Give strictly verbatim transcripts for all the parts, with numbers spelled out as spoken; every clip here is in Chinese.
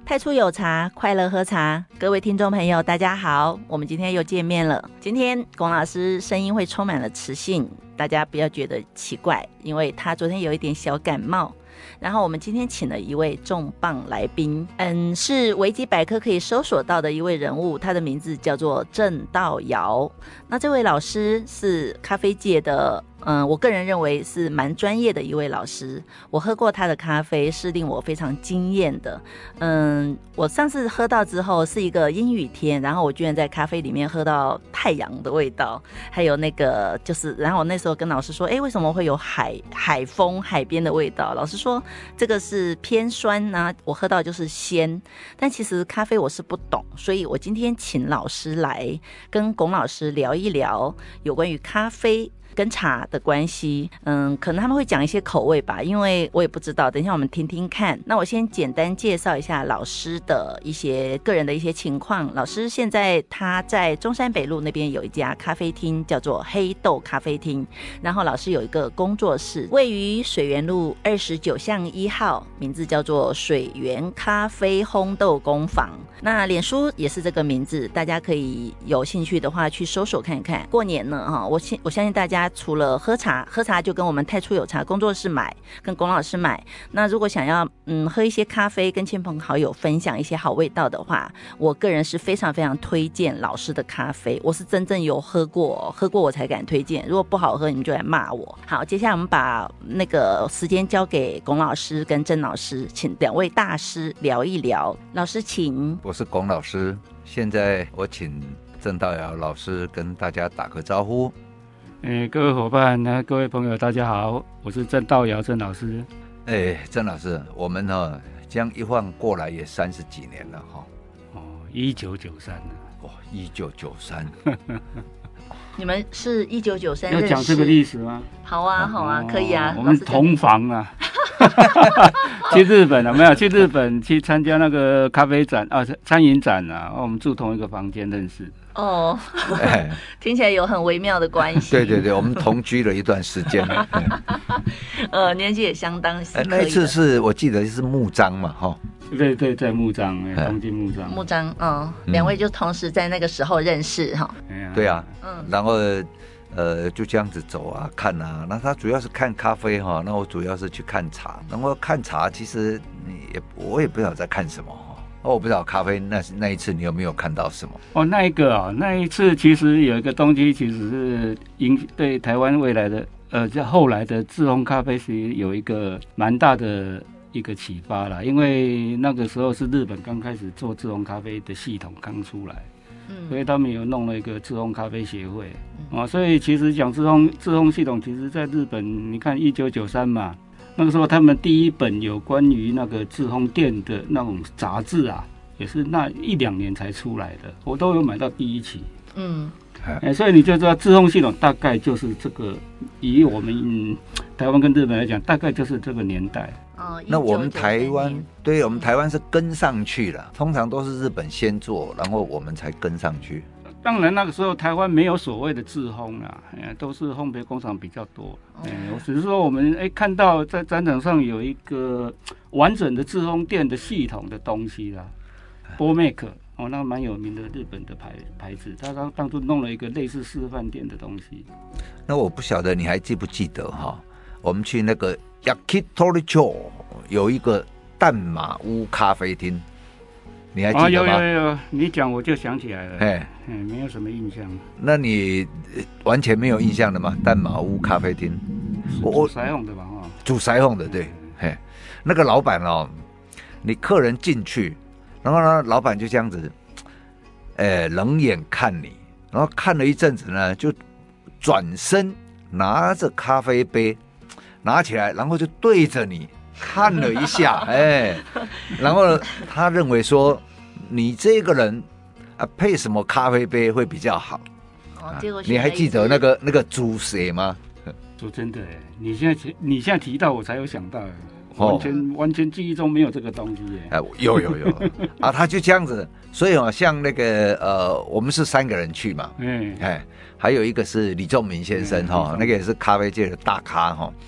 太初有茶，快乐喝茶。各位听众朋友大家好，我们今天又见面了。今天龚老师声音会充满了磁性，大家不要觉得奇怪，因为他昨天有一点小感冒。然后我们今天请了一位重磅来宾，嗯，是维基百科可以搜索到的一位人物，他的名字叫做郑道尧。那这位老师是咖啡界的嗯，我个人认为是蛮专业的一位老师，我喝过他的咖啡是令我非常惊艳的。嗯，我上次喝到之后是一个阴雨天，然后我居然在咖啡里面喝到太阳的味道，还有那个就是，然后我那时候跟老师说，哎，为什么会有海海风海边的味道？老师说这个是偏酸啊，我喝到就是鲜。但其实咖啡我是不懂，所以我今天请老师来跟龚老师聊一聊有关于咖啡跟茶的关系。嗯，可能他们会讲一些口味吧，因为我也不知道，等一下我们听听看。那我先简单介绍一下老师的一些个人的一些情况。老师现在他在中山北路那边有一家咖啡厅，叫做黑豆咖啡厅，然后老师有一个工作室位于水源路二十九巷一号，名字叫做水源咖啡烘豆工坊。那脸书也是这个名字，大家可以有兴趣的话去搜索看看。过年呢，我我相信大家除了喝茶，喝茶就跟我们太初有茶工作室买，跟龚老师买。那如果想要嗯喝一些咖啡，跟亲朋好友分享一些好味道的话，我个人是非常非常推荐老师的咖啡。我是真正有喝过，喝过我才敢推荐。如果不好喝，你们就来骂我。好，接下来我们把那个时间交给龚老师跟郑老师，请两位大师聊一聊。老师请。 我是龚老师，现在我请郑道尧老师跟大家打个招呼。 欸、各位伙伴、啊、各位朋友大家好，我是郑道尧郑老师。 哎，郑老师，我们哦这样一晃过来也三十几年了哈、 哦。哦，一九九三了。 哦，一九九三。 你们是一九九三认识？ 要讲这个历史吗？ 好啊，好啊，哦、可以啊。 我们同房啊。去日本了没有？去日本去参加那个咖啡展啊，餐饮展啊，我们住同一个房间认识。 哦，听起来有很微妙的关系。 对对对，我们同居了一段时间。 呃，年纪也相当是可以的。 那一次是我记得是木章嘛，哈。 对对，在木章，东京木章。 木章，嗯，两位就同时在那个时候认识哈。 对啊，嗯，然后。呃，就这样子走啊，看啊。那他主要是看咖啡哈，那我主要是去看茶。然后看茶，其实你也我也不知道在看什么哈。哦，我不知道咖啡那那一次你有没有看到什么？ 哦，那一个啊、哦，那一次其实有一个东西，其实是影对台湾未来的呃，在后来的自烘咖啡是有一个蛮大的一个启发啦。因为那个时候是日本刚开始做自烘咖啡的系统刚出来。所以他们有弄了一个自烘咖啡协会、嗯、啊，所以其实讲自烘自烘系统，其实在日本，你看一九九三嘛，那个时候他们第一本有关于那个自烘店的那种杂志啊，也是那一两年才出来的，我都有买到第一期。嗯，哎，所以你就知道自烘系统大概就是这个，以我们、嗯、台湾跟日本来讲，大概就是这个年代。 哦、那我们台湾，对我们台湾是跟上去了，通常都是日本先做，然后我们才跟上去。 当然那个时候台湾没有所谓的自烘啊，都是烘焙工厂比较多。嗯、我只是说我们哎看到在展场上有一个完整的自烘店的系统的东西啦 ，Bomake 哦，那个蛮有名的日本的牌牌子，他当当初弄了一个类似示范店的东西。 那我不晓得你还记不记得哈？我们去那个 Yakitori 有一个淡马屋咖啡厅，你还记得吗？ 哦、有有有，你讲我就想起来了。哎，没有什么印象。 那你完全没有印象的吗？淡马屋咖啡厅， 煮腮红的吧？哈， 煮腮红的，对。嘿，那个老板哦，你客人进去，然后呢，老板就这样子，哎，冷眼看你，然后看了一阵子呢，就转身拿着咖啡杯。拿起来，然后就对着你看了一下，哎，然后他认为说你这个人啊配什么咖啡杯会比较好？哦，结果、啊、你还记得那个那个煮谁吗？ 说真的，你现在你现在提到我才有想到，完全、哦、完全记忆中没有这个东西耶。 哎，有有有啊，他就这样子，所以啊，像那个呃，我们是三个人去嘛，嗯，哎，还有一个是李仲明先生哈、嗯，那个也是咖啡界的大咖哈。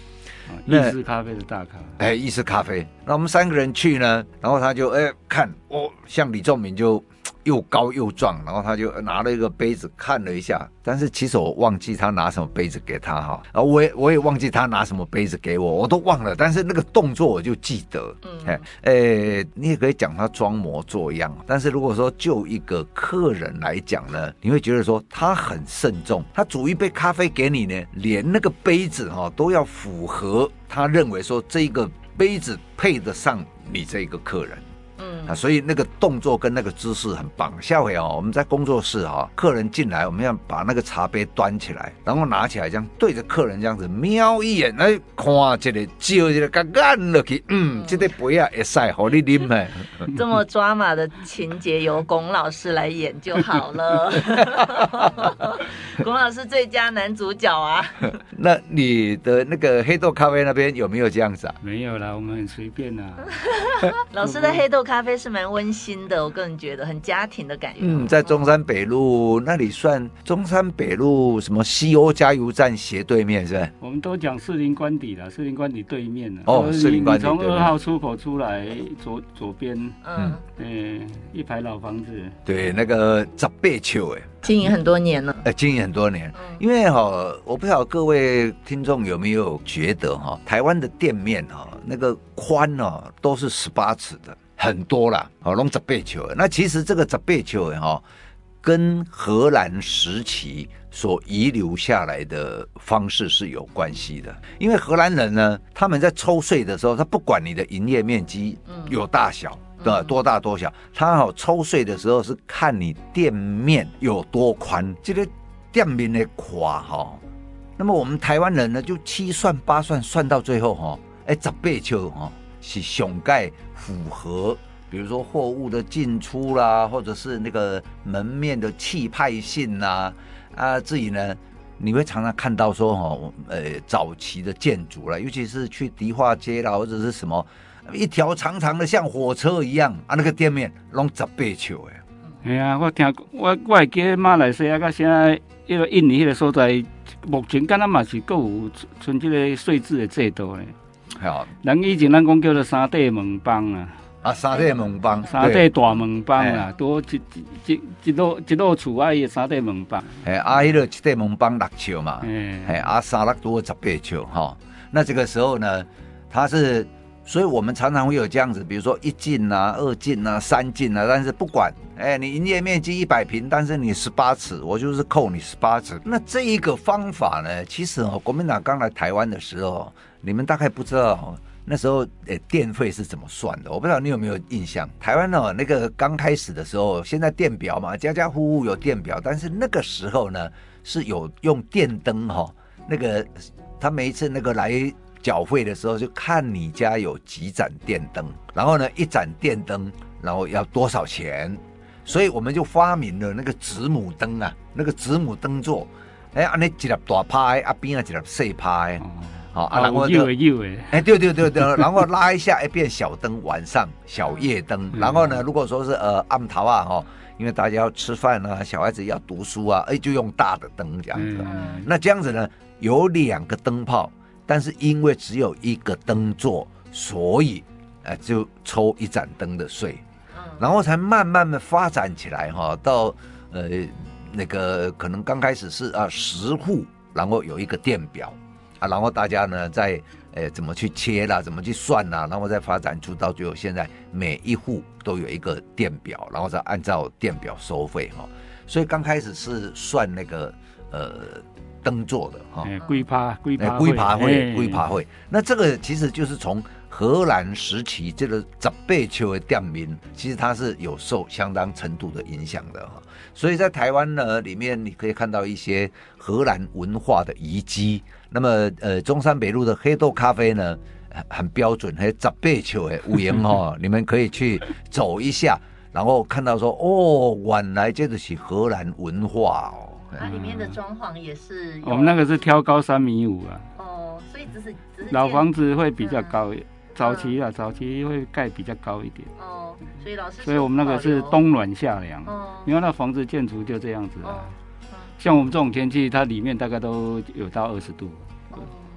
意式咖啡的大咖， 哎，意式咖啡。那我们三个人去呢，然后他就哎看哦，像李仲明就又高又壮，然后他就拿了一个杯子看了一下，但是其实我忘记他拿什么杯子给他哈，然后我也我也忘记他拿什么杯子给我，我都忘了，但是那个动作我就记得。嗯，哎，哎，你也可以讲他装模作样，但是如果说就一个客人来讲呢，你会觉得说他很慎重，他煮一杯咖啡给你呢，连那个杯子哈都要符合他认为说这个杯子配得上你这个客人。嗯啊，所以那个动作跟那个姿势很棒。下回哦，我们在工作室哈、哦，客人进来，我们要把那个茶杯端起来，然后拿起来，这样对着客人这样子瞄一眼，哎，看这个，照这个，给按落去，嗯，这个杯啊，会使好你啉哎。 这么抓马的情节由龚老师来演就好了。龚老师最佳男主角啊。 那你的那个黑豆咖啡那边有没有这样子啊？ 没有啦，我们很随便啦。 老师的黑豆咖啡是蛮温馨的，我个人觉得很家庭的感觉。 嗯，在中山北路那里算中山北路什么西欧加油站斜对面是吧？ 我们都讲士林官邸啦，士林官邸对面了。 哦，士林官邸从二号出口出来左左边， 嗯， 嗯，一排老房子。 对，那个十八丘哎。 经营很多年了， 呃，经营很多年，因为哈、哦，我不知道各位听众有没有觉得哈、哦，台湾的店面哈、哦，那个宽哦都是十八尺的，很多啦，哦，拢十八球。那其实这个十八球哈，跟荷兰时期所遗留下来的方式是有关系的。因为荷兰人呢，他们在抽税的时候，他不管你的营业面积有大小。对，多大多小，他好抽税的时候是看你店面有多宽，这个店面的宽哈。那么我们台湾人呢，就七算八算，算到最后哈，哎，十八丘哈是上盖符合，比如说货物的进出啦，或者是那个门面的气派性啦，啊，自己呢。你会常常看到说哈，呃，早期的建筑啦，尤其是去迪化街啦，或者是什么。一条长长的像火车一样啊，那个店面拢十八丘诶。 哎呀，我听我我会记马来西亚甲现在迄个印尼迄个所在，目前敢若嘛是够有存这个税制的制度咧。好，人以前咱讲叫做三地门帮啊。 啊，三地门帮， 三地大门帮啊，多一一一一路一路厝啊，伊三地门帮。 哎，啊，迄个一地门帮六丘嘛，哎，啊，三六多十八丘哈。那这个时候呢，它是。所以我们常常会有这样子，比如说一进啊、二进啊、三进啊，但是不管，哎，你营业面积一百平，但是你十八尺，我就是扣你十八尺。那这一个方法呢，其实哦，国民党刚来台湾的时候，你们大概不知道那时候诶电费是怎么算的，我不知道你有没有印象。台湾哦，那个刚开始的时候，现在电表嘛，家家户户有电表，但是那个时候呢是有用电灯哈、哦，那个他每一次那个来。缴费的时候就看你家有几盏电灯，然后呢一盏电灯，然后要多少钱，所以我们就发明了那个子母灯啊，那个子母灯座，哎，安尼一粒大拍，啊边啊一粒细拍，好、哦、啊，然后就哎对对对对，然后拉一下，哎变小灯，晚上小夜灯，然后呢如果说是呃暗头啊哈、哦，因为大家要吃饭啊，小孩子要读书啊，哎就用大的灯这样子，嗯、那这样子呢有两个灯泡。但是因为只有一个灯座，所以、呃、就抽一盏灯的税，然后才慢慢的发展起来哈，到呃那个可能刚开始是啊十户，然后有一个电表啊，然后大家呢在呃怎么去切啦，怎么去算啦，然后再发展出到最后现在每一户都有一个电表，然后再按照电表收费哈，所以刚开始是算那个呃。灯座的哈， 龟趴龟趴龟趴会龟趴会，那这个其实就是从荷兰时期这个十八丘的店面，其实它是有受相当程度的影响的哈。所以在台湾呢里面，你可以看到一些荷兰文化的遗迹。那么呃，中山北路的黑豆咖啡呢，很标准，还有十八丘的五营哈，你们可以去走一下，然后看到说哦，原来这就是荷兰文化哦。 它、啊、里面的装潢也是有， 我们那个是挑高三米五啊。 哦，所以只是只是老房子会比较高，嗯、早期啊，早期会盖比较高一点。 哦，所以老师， 所以我们那个是冬暖夏凉。哦，因为那房子建筑就这样子啊。哦嗯、像我们这种天气，它里面大概都有到二十度。哦，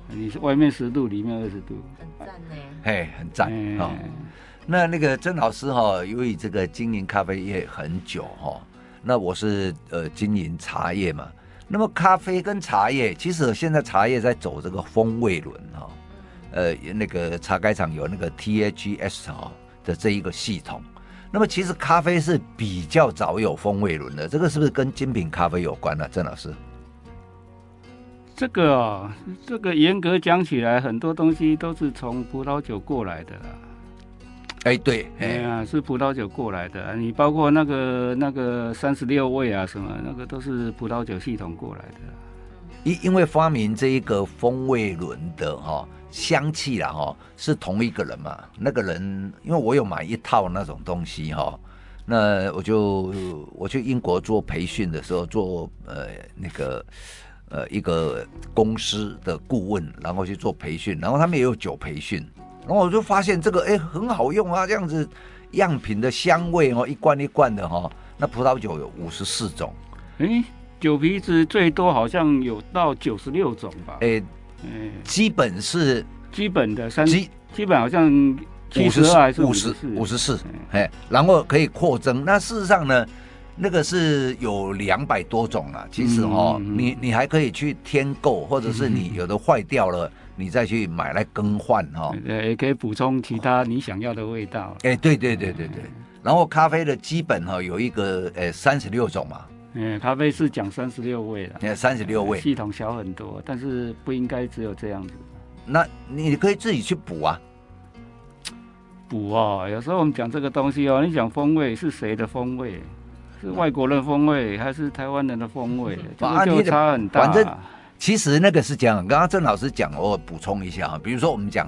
你是外面十度，里面二十度， 很赞呢。 嘿，很赞哎哦。那那个曾老师哈、哦，由于这个经营咖啡业很久哈、哦，那我是呃经营茶叶嘛。那么咖啡跟茶叶，其实现在茶叶在走这个风味轮哈、哦，呃，那个茶改厂有那个 T H S 哈、哦、的这一个系统。那么其实咖啡是比较早有风味轮的，这个是不是跟精品咖啡有关呢、啊？曾老师？ 这个哦，这个严格讲起来，很多东西都是从葡萄酒过来的啦。 哎，对， 哎呀，是葡萄酒过来的。你包括那个那个三十六味啊，什么那个都是葡萄酒系统过来的。 因因为发明这一个风味轮的哈、哦、香气啦哈、哦，是同一个人嘛。那个人，因为我有买一套那种东西哈、哦，那我就我去英国做培训的时候，做呃那个呃一个公司的顾问，然后去做培训，然后他们也有酒培训。然后我就发现这个哎很好用啊，这样子样品的香味哦，一罐一罐的哈、哦，那葡萄酒有五十四种， 哎，酒皮子最多好像有到九十六种吧？ 哎，基本是基本的三基基本好像七十二还是五十四？ 五十四，哎，然后可以扩增。那事实上呢，那个是有两百多种啊。其实哦，嗯、你你还可以去添购，或者是你有的坏掉了。你再去买来更换哈、哦， 也可以补充其他你想要的味道。 哎，对对对对对。然后咖啡的基本哈、哦、有一个呃三十六种嘛， 嗯，咖啡是讲三十六味了， 三十六味， 系统小很多，但是不应该只有这样子。 那你可以自己去补啊， 补哦。有时候我们讲这个东西哦，你讲风味是谁的风味？是外国人的风味还是台湾人的风味？这个就差很大、啊。 反正。其实那个是这样，刚刚郑老师讲，我补充一下啊，比如说我们讲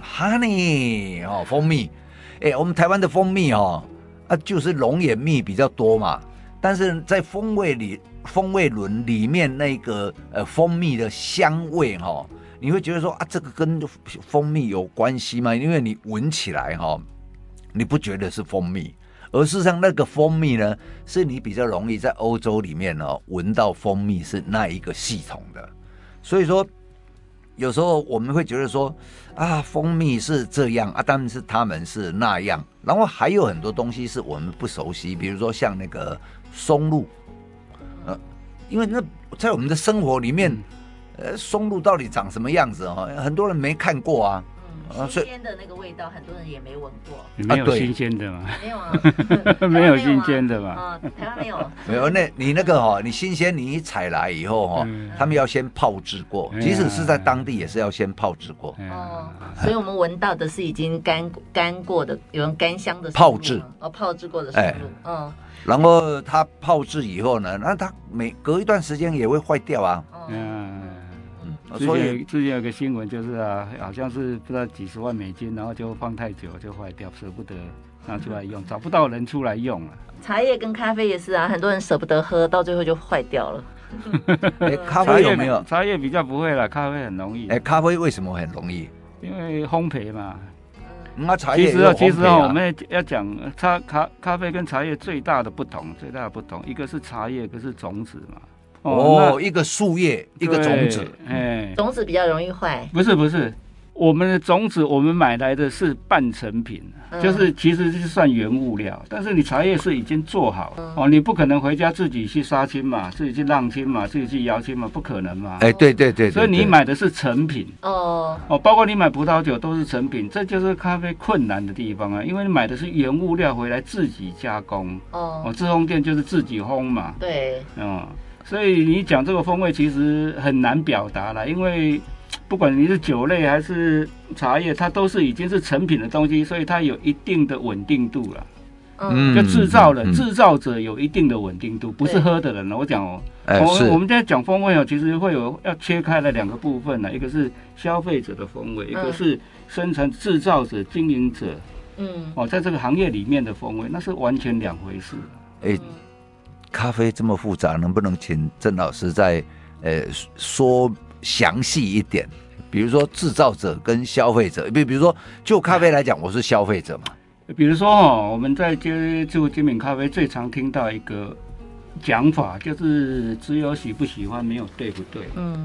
honey 哦，蜂蜜，哎，我们台湾的蜂蜜哦，啊就是龙眼蜜比较多嘛，但是在风味里，风味轮里面那个呃蜂蜜的香味哈、哦，你会觉得说啊，这个跟蜂蜜有关系吗？因为你闻起来哈、哦，你不觉得是蜂蜜，而事实上那个蜂蜜呢，是你比较容易在欧洲里面哦闻到蜂蜜是那一个系统的。所以说，有时候我们会觉得说，啊，蜂蜜是这样啊，但是他们是那样。然后还有很多东西是我们不熟悉，比如说像那个松露，呃，因为那在我们的生活里面，呃，松露到底长什么样子啊？很多人没看过啊。 嗯，新鲜的那个味道，很多人也没闻过。 没有新鲜的嘛？ 没有啊， 没有新鲜的嘛？ 啊，台湾没有。 没有，那你那个哈、哦，你新鲜，你一采来以后哈、哦，嗯、他们要先泡制过，即使是在当地也是要先泡制过。 哦，所以我们闻到的是已经干干过的，有人干香的泡制哦，泡制过的松露，嗯、哎。 然后它泡制以后呢，那它每隔一段时间也会坏掉啊。 嗯。之前之前有个新闻就是啊，好像是不知道几十万美金，然后就放太久就坏掉，舍不得拿出来用，找不到人出来用了。 茶叶跟咖啡也是啊，很多人舍不得喝，到最后就坏掉了。 哎，咖啡有没有？ 茶叶比较不会啦，咖啡很容易。 哎，咖啡为什么很容易？ 因为烘焙嘛。 那、嗯、茶叶其实啊，其实啊，我们要讲茶咖咖啡跟茶叶最大的不同，最大的不同，一个是茶叶，一个是种子嘛。 哦，哦一个树叶，一个种子， 哎，种子比较容易坏。 不是不是，我们的种子我们买来的是半成品，嗯、就是其实是算原物料，但是你茶叶是已经做好、嗯、哦，你不可能回家自己去杀青嘛，自己去浪青嘛，自己去摇青嘛，不可能嘛。 哎，对对 对, 对, 对， 所以你买的是成品哦哦，包括你买葡萄酒都是成品，这就是咖啡困难的地方啊，因为你买的是原物料回来自己加工哦，哦，自烘店就是自己烘嘛， 对， 嗯。所以你讲这个风味其实很难表达了，因为不管你是酒类还是茶叶，它都是已经是成品的东西，所以它有一定的稳定度了。嗯，就制造了，制、嗯、造者有一定的稳定度，不是喝的人了。我讲哦， 哎、 我我们现在讲风味哦，其实会有要切开了两个部分呢，一个是消费者的风味，嗯、一个是生产制造者、经营者，嗯，哦，在这个行业里面的风味，那是完全两回事。 哎。咖啡这么复杂，能不能请郑老师再呃说详细一点？比如说制造者跟消费者，比比如说就咖啡来讲，我是消费者嘛。 比如说哦，我们在接触精品咖啡最常听到一个讲法，就是只有喜不喜欢，没有对不对。嗯，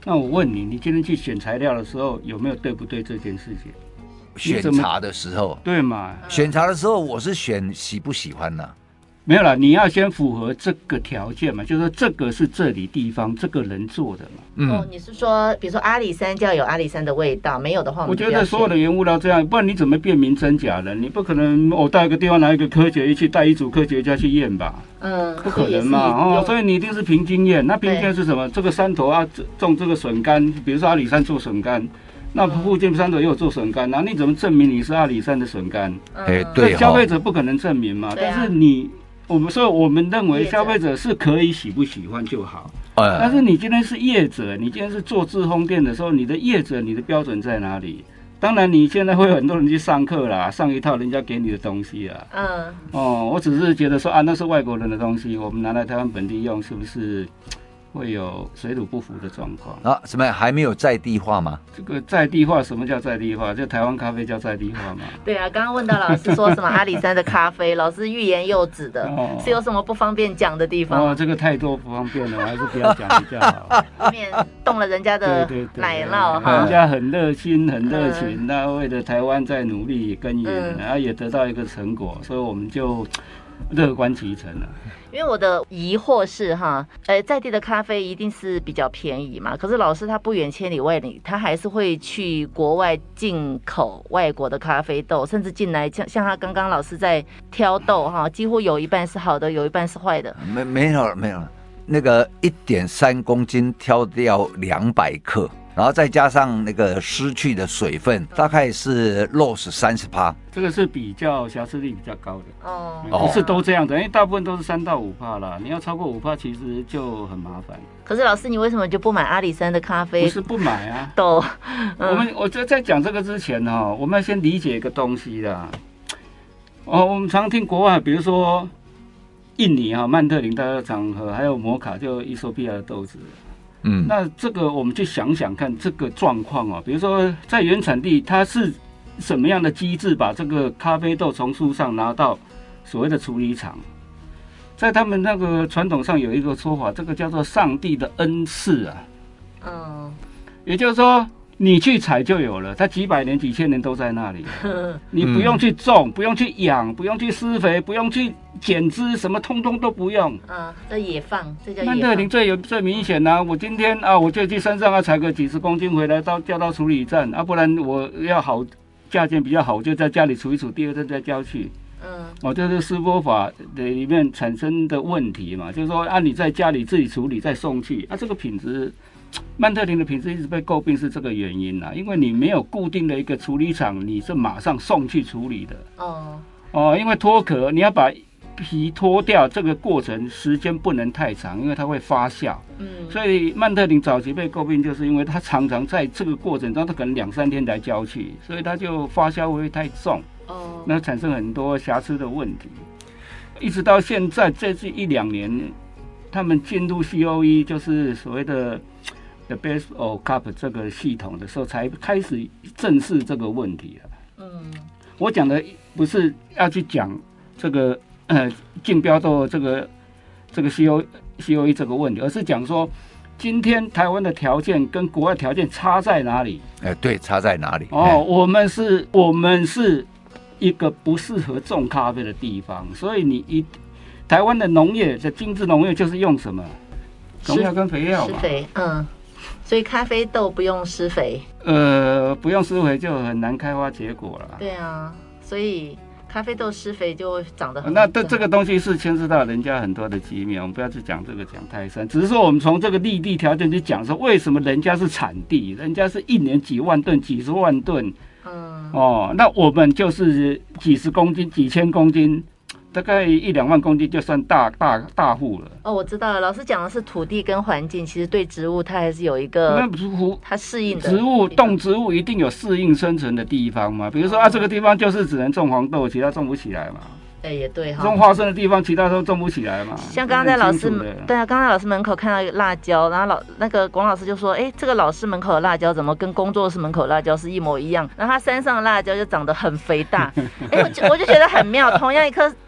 那我问你，你今天去选材料的时候有没有对不对这件事情？ 选茶的时候， 对嘛？ 选茶的时候我是选喜不喜欢呢、啊？ 没有啦，你要先符合这个条件嘛，就是说这个是这里地方这个人做的嘛。 嗯，哦，你是说，比如说阿里山就要有阿里山的味道，没有的话我， 我觉得所有的原物料这样，不然你怎么辨明真假的？你不可能我、哦、到一个地方拿一个科学仪器，带一组科学家去验吧？嗯，不可能嘛。哦，所以你一定是凭经验。那凭经验是什么？这个山头要种这个笋干，比如说阿里山做笋干。那附近山头也有做笋干，那你怎么证明你是阿里山的笋干？ 哎、嗯，对、哦， 消费者不可能证明嘛。但是你，我们说我们认为消费者是可以喜不喜欢就好。嗯、但是你今天是业者，你今天是做自烘店的时候，你的业者你的标准在哪里？当然，你现在会有很多人去上课啦，上一套人家给你的东西啊。嗯。哦，我只是觉得说啊，那是外国人的东西，我们拿来台湾本地用，是不是？会有水土不服的状况啊？什么还没有在地化吗？ 这个在地化，什么叫在地化？就台湾咖啡叫在地化吗？ 对啊，刚刚问到老师说什么阿里山的咖啡，老师欲言又止的，哦、是有什么不方便讲的地方？ 哦，这个太多不方便了，我还是不要讲比较好， 以免动了人家的奶酪哈。 人家很热心、很热情，那、嗯、为了台湾在努力耕耘，嗯、然后也得到一个成果，所以我们就乐观其成了。 因为我的疑惑是哈，呃，在地的咖啡一定是比较便宜嘛，可是老师他不远千里万里，他还是会去国外进口外国的咖啡豆，甚至进来像像他刚刚老师在挑豆哈，几乎有一半是好的，有一半是坏的。 没没有了没有了，那个一点三公斤挑掉两百克。然后再加上那个失去的水分，大概是 loss 三十趴， 这个是比较瑕疵率比较高的哦，不是都这样的，因为大部分都是三到五趴啦。你要超过五趴，其实就很麻烦。 可是老师，你为什么就不买阿里山的咖啡？ 不是不买啊， 豆。 嗯、我们我觉得在讲这个之前哈、哦，我们要先理解一个东西啦。哦，我们常听国外，比如说印尼哈曼特林大家常喝，还有摩卡就伊索比亚的豆子。嗯，那这个我们去想想看这个状况哦，比如说在原产地，它是什么样的机制把这个咖啡豆从树上拿到所谓的处理厂？在他们那个传统上有一个说法，这个叫做上帝的恩赐啊。嗯，也就是说，你去采就有了，它几百年、几千年都在那里，你不用去种，不用去养，不用去施肥，不用去剪枝，什么通通都不用。 嗯，这野放，这叫野放。 曼特林最有最明显啊！我今天啊，我就去山上啊采个几十公斤回来，到交到处理站啊，不然我要好价钱比较好，我就在家里处一处，第二天再交去。嗯，哦，这是施工法的里面产生的问题嘛，就是说啊，你在家里自己处理再送去啊，这个品质。曼特林的品质一直被诟病是这个原因啦、啊，因为你没有固定的一个处理厂，你是马上送去处理的。哦哦，因为脱壳，你要把皮脱掉，这个过程时间不能太长，因为它会发酵。嗯，所以曼特林早期被诟病，就是因为它常常在这个过程中，它可能两三天才交去，所以它就发酵会太重。哦，那产生很多瑕疵的问题，一直到现在这是一两年，他们进入 C O E 就是所谓的。The Best of Cup 这个系统的时候，才开始正视这个问题了。嗯，我讲的不是要去讲这个呃竞标豆这个这个 C O C O E 这个问题，而是讲说今天台湾的条件跟国外条件差在哪里？ 哎、呃，对，差在哪里？ 哦，我们是，我们是一个不适合种咖啡的地方，所以你一台湾的农业，这精致农业就是用什么农药跟肥料嘛？施肥，嗯。所以咖啡豆不用施肥， 呃，不用施肥就很难开花结果了。 对啊，所以咖啡豆施肥就会长得很。 那这这个东西是牵涉到人家很多的机密，我们不要去讲这个讲太深，只是说我们从这个立地条件去讲说，为什么人家是产地，人家是一年几万吨、几十万吨，嗯，哦，那我们就是几十公斤、几千公斤。大概一两万公斤就算大大大户了。 哦，我知道了。老师讲的是土地跟环境，其实对植物它还是有一个它适应的。 植物动植物一定有适应生存的地方嘛？比如说啊，这个地方就是只能种黄豆，其他种不起来嘛。 哎，也对哈。 种花生的地方，其他都种不起来嘛。 像刚刚在老师对啊，刚刚在老师门口看到一个辣椒，然后老那个龚老师就说，哎，这个老师门口的辣椒怎么跟工作室门口的辣椒是一模一样？然后他山上的辣椒就长得很肥大，哎，我就我就觉得很妙，同样一颗。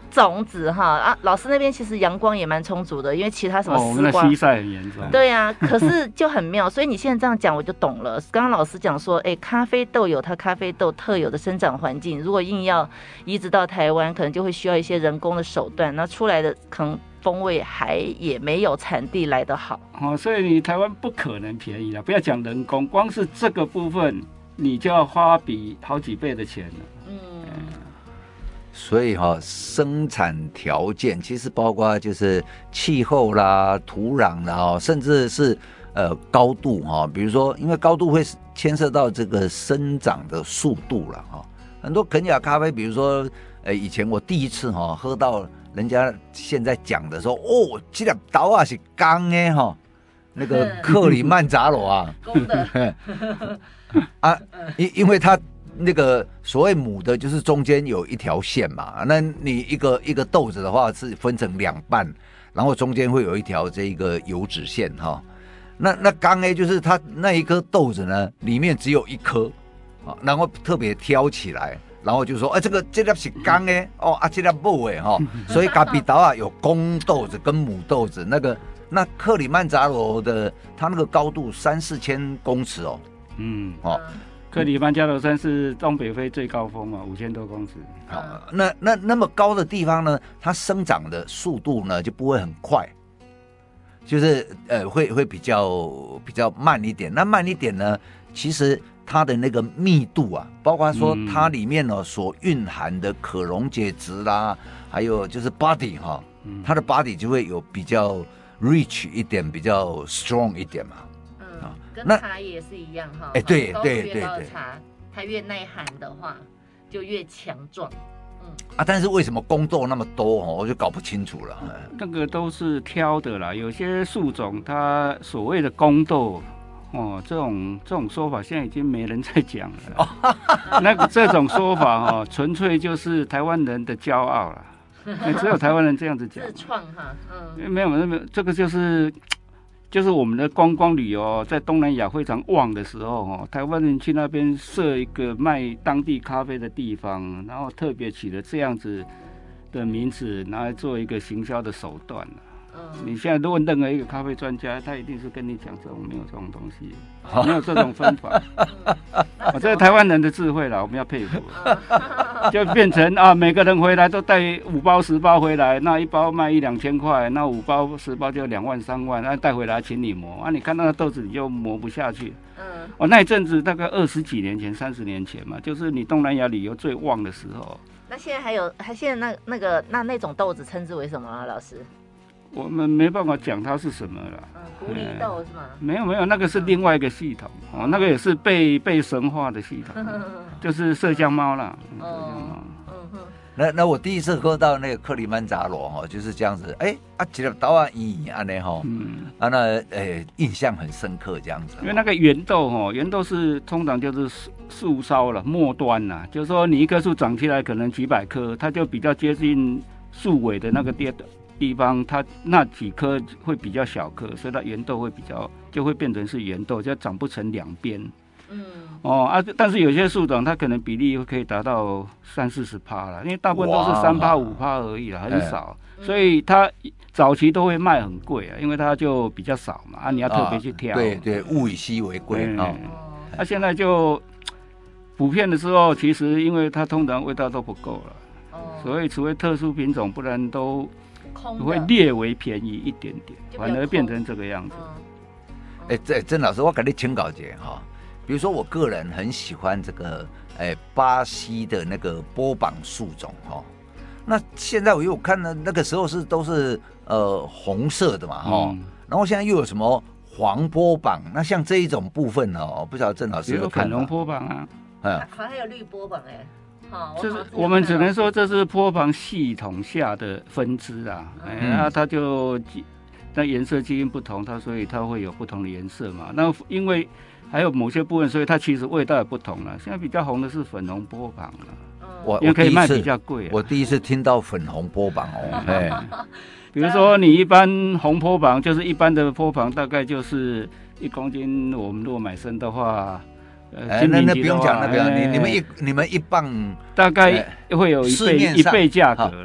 种子哈啊，老师那边其实阳光也蛮充足的，因为其他什么哦，我们的丝瓜， 西晒很严重。 对呀、啊，可是就很妙，所以你现在这样讲我就懂了。刚刚老师讲说，哎，咖啡豆有它咖啡豆特有的生长环境，如果硬要移植到台湾，可能就会需要一些人工的手段，那出来的可能风味还也没有产地来得好。 哦，所以你台湾不可能便宜了，不要讲人工，光是这个部分你就要花比好几倍的钱了。 嗯。 所以哈、哦，生产条件其实包括就是气候啦、土壤啦，甚至是呃高度哈、哦。比如说，因为高度会牵涉到这个生长的速度了哈、哦。很多肯亚咖啡，比如说，呃，以前我第一次哈、哦、喝到人家现在讲的时候，哦，这粒豆啊是公的哈、哦，那个克里曼扎罗啊， 公的啊，因因为它。那个所谓母的，就是中间有一条线嘛。那你一个一个豆子的话，是分成两半，然后中间会有一条这个油脂线哈。那那刚 A 就是它那一颗豆子呢，里面只有一颗，然后特别挑起来，然后就说，哎，这个这粒是刚 A 哦啊，这粒母诶哈。所以咖比岛啊有公豆子跟母豆子，那个那克里曼扎罗的它那个高度三四千公尺哦， 嗯哦。 克里曼加罗山是东北非最高峰啊，五千多公尺。 好，那那那么高的地方呢，它生长的速度呢就不会很快，就是呃会会比较比较慢一点。那慢一点呢，其实它的那个密度啊，包括说它里面呢所蕴含的可溶解质啦，还有就是 body 哈，它的 body 就会有比较 rich 一点，比较 strong 一点嘛。 跟茶也是一样哈， 哎，对对对对， 茶它越耐寒的话，就越强壮。嗯啊，但是为什么公豆那么多哦，我就搞不清楚了。 那个都是挑的啦，有些树种它所谓的公豆哦，这种这种说法现在已经没人在讲了。哦、那个这种说法哦，纯粹就是台湾人的骄傲啦，只有台湾人这样子讲。 自创哈，嗯， 没有没有，这个就是。就是我们的观光旅游在东南亚非常旺的时候，台湾人去那边设一个卖当地咖啡的地方，然后特别取了这样子的名字，拿来做一个行销的手段。你现在问任何一个咖啡专家，他一定是跟你讲这种没有这种东西，没有这种分法。我这是台湾人的智慧啦，我们要佩服。就变成啊，每个人回来都带五包十包回来，那一包卖一两千块，那五包十包就两万三万，那带回来请你磨啊，你看那个豆子你就磨不下去。嗯，我、哦、那一阵子大概二十几年前、三十年前嘛，就是你东南亚旅游最旺的时候。 那现在还有，还现在那那个那那种豆子称之为什么啊，老师？ 我们没办法讲它是什么了。 嗯，狐狸豆是吗？ 没有没有，那个是另外一个系统哦，那个也是被被神化的系统，就是麝香猫啦。麝香猫。 那那我第一次喝到那个克里曼扎罗哈，就是这样子，哎、欸、啊，几粒豆啊，咦，安尼哈，嗯，啊那诶、欸、印象很深刻这样子。 因为那个圆豆哈，圆豆是通常就是树梢了末端啦，就是说你一棵树长起来可能几百棵，它就比较接近树尾的那个地地方，它那几颗会比较小颗，所以它圆豆会比较就会变成是圆豆，就长不成两边。嗯，哦啊，但是有些树种它可能比例可以达到三四十趴了，因为大部分都是三趴五趴而已啦，很少，所以它早期都会卖很贵啊，因为它就比较少嘛，啊，你要特别去挑。 对对，物以稀为贵啊。 那现在就普遍的时候，其实因为它通常味道都不够了，所以除非特殊品种，不然都会略微便宜一点点，反而变成这个样子。 哎、欸，这郑老师，我给你请教一下哈。比如说，我个人很喜欢这个，哎、欸，巴西的那个波榜树种哈。那现在我又看了，那个时候是都是呃红色的嘛哈、嗯，然后现在又有什么黄波榜？那像这一种部分哦，不知道郑老师有看粉红波榜啊， 嗯，好像还有绿波榜哎、欸。好， 这是我们只能说这是波旁系统下的分支啊，哎、嗯，那它就那颜色基因不同，它所以它会有不同的颜色嘛。那因为还有某些部分，所以它其实味道也不同了。现在比较红的是粉红波旁了， 我因为可以卖比较贵、啊。 我第一次听到粉红波旁哦，哎， 比如说你一般红波旁就是一般的波旁，大概就是一公斤，我们如果买生的话。 哎、呃，那那不用讲，那不用，你你们一你们一磅大概会有一倍一倍价格了。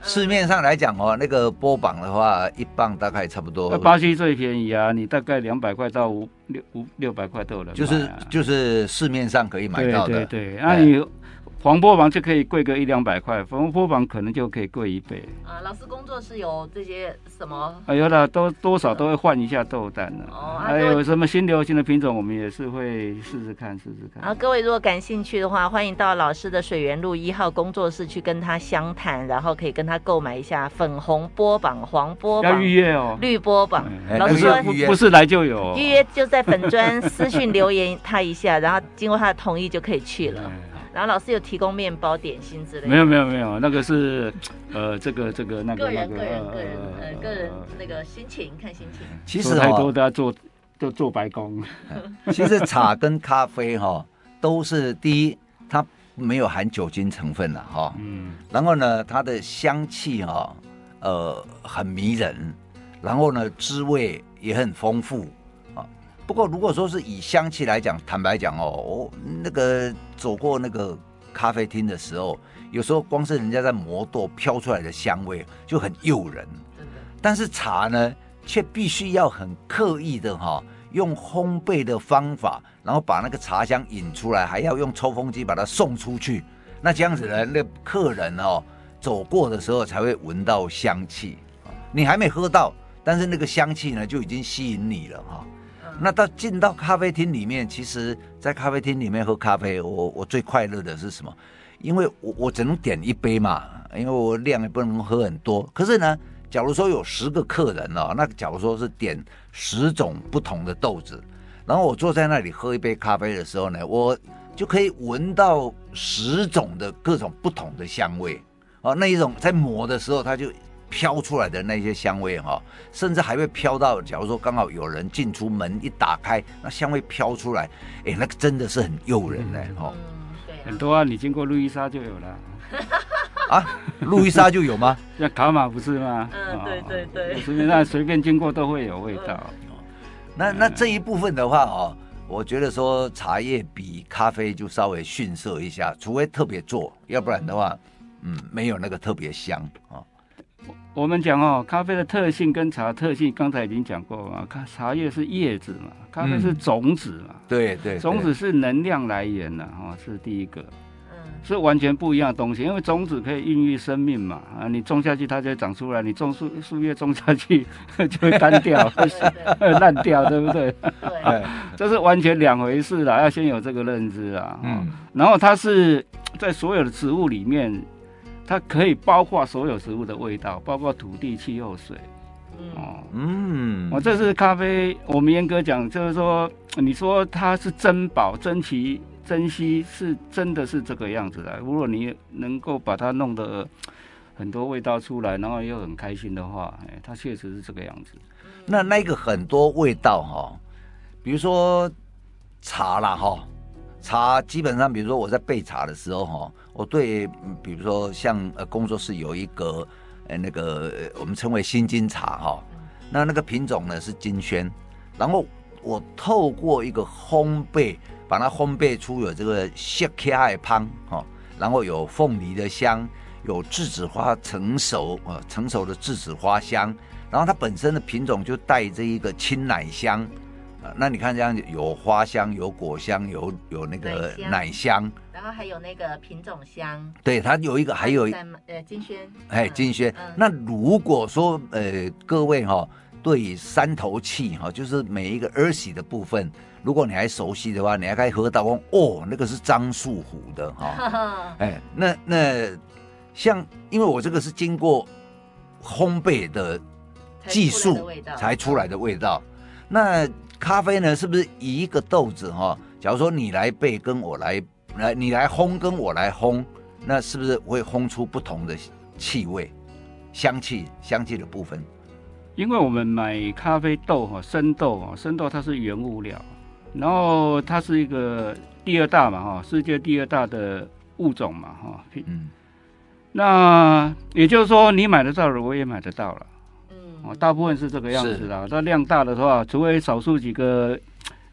市面上来讲哦，那个波榜的话，一磅大概差不多。 巴西最便宜啊，你大概两百块到五六五六百块都有人买、啊。 就是就是市面上可以买到的。 对对对，那、啊、你。黄波榜就可以贵个一两百块，黄波榜可能就可以贵一倍。 啊，老师工作室有这些什么？ 哎有啦，都多少都会换一下豆蛋的。哦，还有什么新流行的品种，我们也是会试试看，试试看。 啊，各位如果感兴趣的话，欢迎到老师的水源路一号工作室去跟他相谈，然后可以跟他购买一下粉红波榜、黄波榜， 要预约哦。 绿波榜， 嗯、 老师说不不是来就有、哦， 预约就在粉专私讯留言他一下，然后经过他的同意就可以去了。然后老师有提供面包、点心之类的。 没有没有没有，那个是呃这个这个那个个人、 那个、 个人、个人呃个人那个心情看心情。 其实、哦、 太多的做都做白工。 其实茶跟咖啡哈、哦、都是第一，它没有含酒精成分了哈、哦。嗯。然后呢，它的香气哈、哦、呃很迷人，然后呢滋味也很丰富。不过，如果说是以香气来讲，坦白讲哦，我那个走过那个咖啡厅的时候，有时候光是人家在磨豆飘出来的香味就很诱人。但是茶呢，却必须要很刻意的哈、哦，用烘焙的方法，然后把那个茶香引出来，还要用抽风机把它送出去。那这样子呢，那客人哦走过的时候才会闻到香气。你还没喝到，但是那个香气呢就已经吸引你了哈。那到进到咖啡厅里面，其实，在咖啡厅里面喝咖啡，我我最快乐的是什么？因为我我只能点一杯嘛，因为我量也不能喝很多。可是呢，假如说有十个客人哦，那假如说是点十种不同的豆子，然后我坐在那里喝一杯咖啡的时候呢，我就可以闻到十种的各种不同的香味哦。那一种在磨的时候，它就飘出来的那些香味哈，甚至还会飘到，假如说刚好有人进出门一打开，那香味飘出来，哎，那个真的是很诱人嘞哈。 嗯，对啊。 很多啊，你经过路易莎就有了。 啊，路易莎就有吗？ 像卡玛不是吗？ 嗯，对对对。 随便那随便经过都会有味道。 那那这一部分的话哦，我觉得说茶叶比咖啡就稍微逊色一下，除非特别做，要不然的话，嗯，没有那个特别香啊。哦我们讲哦，咖啡的特性跟茶特性，刚才已经讲过嘛。茶叶是叶子嘛，咖啡是种子嘛。嗯、 对, 对对， 种子是能量来源呐，哈，是第一个。嗯，是完全不一样的东西，因为种子可以孕育生命嘛。啊，你种下去它就会长出来，你种树树叶种下去就会干掉、烂掉，对不对？对，这是完全两回事啦，要先有这个认知啦。嗯，然后它是在所有的植物里面。它可以包括所有植物的味道，包括土地、气候、水。哦，嗯，我、哦、这是咖啡。我们严格讲，就是说，你说它是珍宝、珍奇、珍稀，是真的是这个样子的。如果你能够把它弄得很多味道出来，然后又很开心的话，哎，它确实是这个样子。 那那个很多味道哈，比如说茶啦哈。茶基本上，比如说我在备茶的时候哈，我对，比如说像呃工作室有一个呃那个我们称为新金茶哈，那那个品种呢是金萱，然后我透过一个烘焙，把它烘焙出有这个色起来的香哈，然后有凤梨的香，有栀子花成熟啊成熟的栀子花香，然后它本身的品种就带这一个青奶香。那你看这样有花香，有果香，有有那个奶 香, 奶香， 然后还有那个品种香。 对，它有一个，还有呃金萱， 哎金萱、嗯。那如果说呃各位哈、哦、对三头气哈、哦，就是每一个儿媳的部分，如果你还熟悉的话，你还可以喝到哦，那个是樟树湖的哈、哦。哎，那那像因为我这个是经过烘焙的技术才出来的味道，那。咖啡呢，是不是一个豆子哈？假如说你来焙，跟我来来，你来烘，跟我来烘，那是不是会烘出不同的气味、香气、香气的部分？ 因为我们买咖啡豆哈，生豆哈，生豆它是原物料，然后它是一个第二大嘛哈，世界第二大的物种嘛哈。嗯，那也就是说，你买得到的，我也买得到了。大部分是这个样子啦。它量大的话，除非少数几个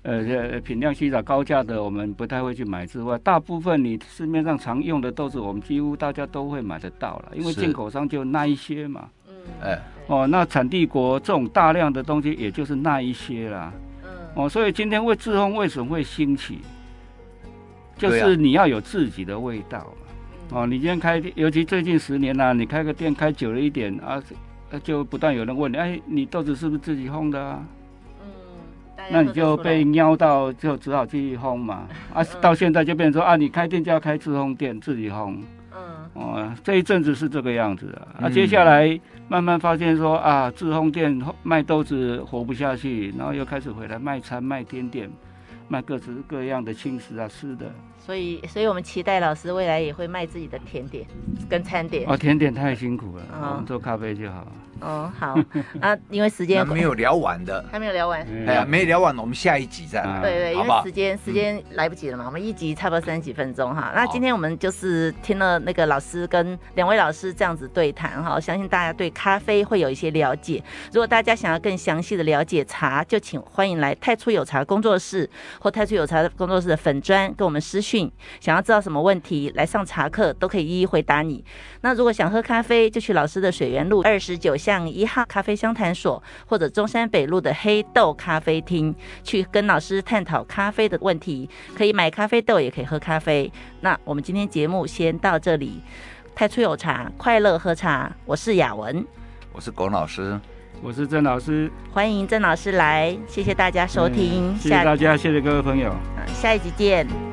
呃品量稀少、高价的，我们不太会去买之外，大部分你市面上常用的豆子，我们几乎大家都会买得到了，因为进口商就那一些嘛。 嗯， 哎， 哦，那产地国这种大量的东西，也就是那一些啦。 嗯， 哦，所以今天为志丰为什么会兴起，就对啊是你要有自己的味道嘛。哦，你今天开，尤其最近十年啦、啊，你开个店开久了一点啊，就不断有人问你，哎，你豆子是不是自己烘的啊？那你就被瞄到，就只好继续烘嘛。啊，到现在就变成说啊，你开店就要开自烘店，自己烘。嗯。哦，这一阵子是这个样子啊。啊，接下来慢慢发现说啊，自烘店卖豆子活不下去，然后又开始回来卖餐、卖甜点、卖各式各样的轻食啊、吃的。 所以，所以我们期待老师未来也会卖自己的甜点跟餐点。 哦，甜点太辛苦了，哦、我们做咖啡就好。 哦，好啊，因为时间没有聊完的， 还没有聊完。 哎呀，没聊完，我们下一集再来。 对对， 好因为时间时间来不及了嘛，我们一集差不多三十几分钟哈。那今天我们就是听了那个老师跟两位老师这样子对谈哈，相信大家对咖啡会有一些了解。如果大家想要更详细的了解茶，就请欢迎来太初有茶工作室或太初有茶工作室的粉专跟我们私讯，想要知道什么问题来上茶课都可以一一回答你。那如果想喝咖啡，就去老师的水源路二十九巷一号咖啡相谈所，或者中山北路的黑豆咖啡厅，去跟老师探讨咖啡的问题。可以买咖啡豆，也可以喝咖啡。那我们今天节目先到这里，太初有茶，快乐喝茶。我是雅文， 我是龚老师， 我是曾老师， 欢迎曾老师来，谢谢大家收听， 嗯、谢谢大家，谢谢各位朋友， 下一集见。